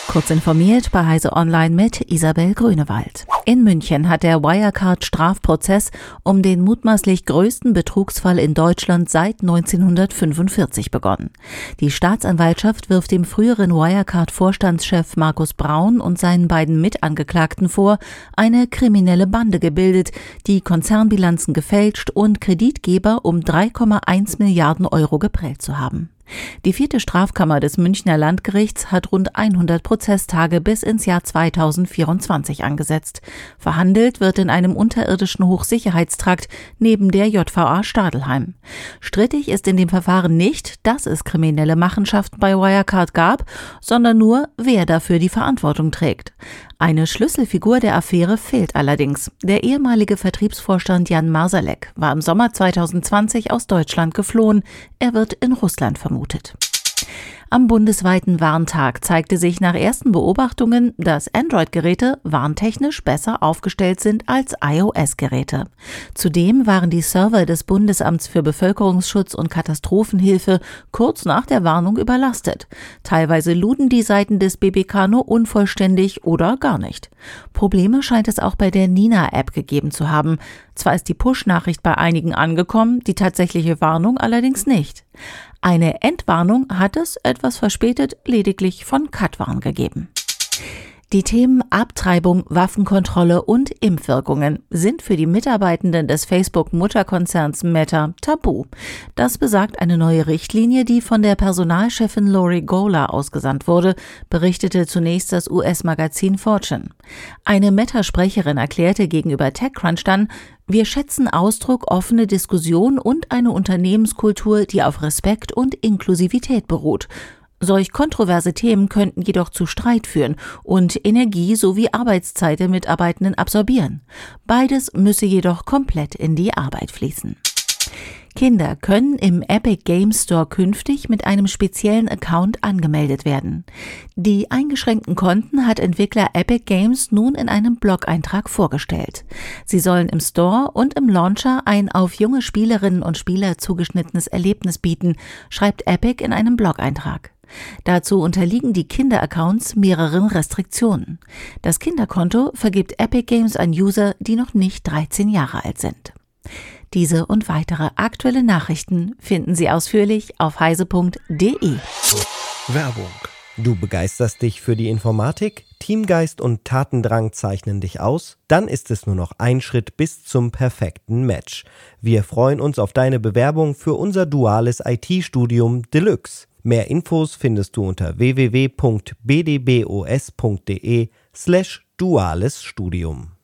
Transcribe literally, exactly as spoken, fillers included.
Kurz informiert bei Heise Online mit Isabel Grünewald. In München hat der Wirecard-Strafprozess um den mutmaßlich größten Betrugsfall in Deutschland seit neunzehnhundertfünfundvierzig begonnen. Die Staatsanwaltschaft wirft dem früheren Wirecard-Vorstandschef Markus Braun und seinen beiden Mitangeklagten vor, eine kriminelle Bande gebildet, die Konzernbilanzen gefälscht und Kreditgeber um drei Komma eins Milliarden Euro geprellt zu haben. Die vierte Strafkammer des Münchner Landgerichts hat rund hundert Prozesstage bis ins Jahr zweitausendvierundzwanzig angesetzt. Verhandelt wird in einem unterirdischen Hochsicherheitstrakt neben der J V A Stadelheim. Strittig ist in dem Verfahren nicht, dass es kriminelle Machenschaften bei Wirecard gab, sondern nur, wer dafür die Verantwortung trägt. Eine Schlüsselfigur der Affäre fehlt allerdings. Der ehemalige Vertriebsvorstand Jan Marsalek war im Sommer zweitausendzwanzig aus Deutschland geflohen. Er wird in Russland vermutet. Am bundesweiten Warntag zeigte sich nach ersten Beobachtungen, dass Android-Geräte warntechnisch besser aufgestellt sind als iOS-Geräte. Zudem waren die Server des Bundesamts für Bevölkerungsschutz und Katastrophenhilfe kurz nach der Warnung überlastet. Teilweise luden die Seiten des B B K nur unvollständig oder gar nicht. Probleme scheint es auch bei der Nina-App gegeben zu haben. Zwar ist die Push-Nachricht bei einigen angekommen, die tatsächliche Warnung allerdings nicht. Eine Entwarnung hat es, etwas verspätet, lediglich von Katwarn gegeben. Die Themen Abtreibung, Waffenkontrolle und Impfwirkungen sind für die Mitarbeitenden des Facebook-Mutterkonzerns Meta tabu. Das besagt eine neue Richtlinie, die von der Personalchefin Lori Golar ausgesandt wurde, berichtete zunächst das U S-Magazin Fortune. Eine Meta-Sprecherin erklärte gegenüber TechCrunch dann: Wir schätzen Ausdruck, offene Diskussion und eine Unternehmenskultur, die auf Respekt und Inklusivität beruht. Solch kontroverse Themen könnten jedoch zu Streit führen und Energie sowie Arbeitszeit der Mitarbeitenden absorbieren. Beides müsse jedoch komplett in die Arbeit fließen. Kinder können im Epic Games Store künftig mit einem speziellen Account angemeldet werden. Die eingeschränkten Konten hat Entwickler Epic Games nun in einem Blog-Eintrag vorgestellt. Sie sollen im Store und im Launcher ein auf junge Spielerinnen und Spieler zugeschnittenes Erlebnis bieten, schreibt Epic in einem Blog-Eintrag. Dazu unterliegen die Kinder-Accounts mehreren Restriktionen. Das Kinderkonto vergibt Epic Games an User, die noch nicht dreizehn Jahre alt sind. Diese und weitere aktuelle Nachrichten finden Sie ausführlich auf heise punkt de. Werbung. Du begeisterst dich für die Informatik? Teamgeist und Tatendrang zeichnen dich aus? Dann ist es nur noch ein Schritt bis zum perfekten Match. Wir freuen uns auf deine Bewerbung für unser duales I T-Studium Deluxe. Mehr Infos findest du unter w w w punkt b d b o s punkt d e slash duales Studium.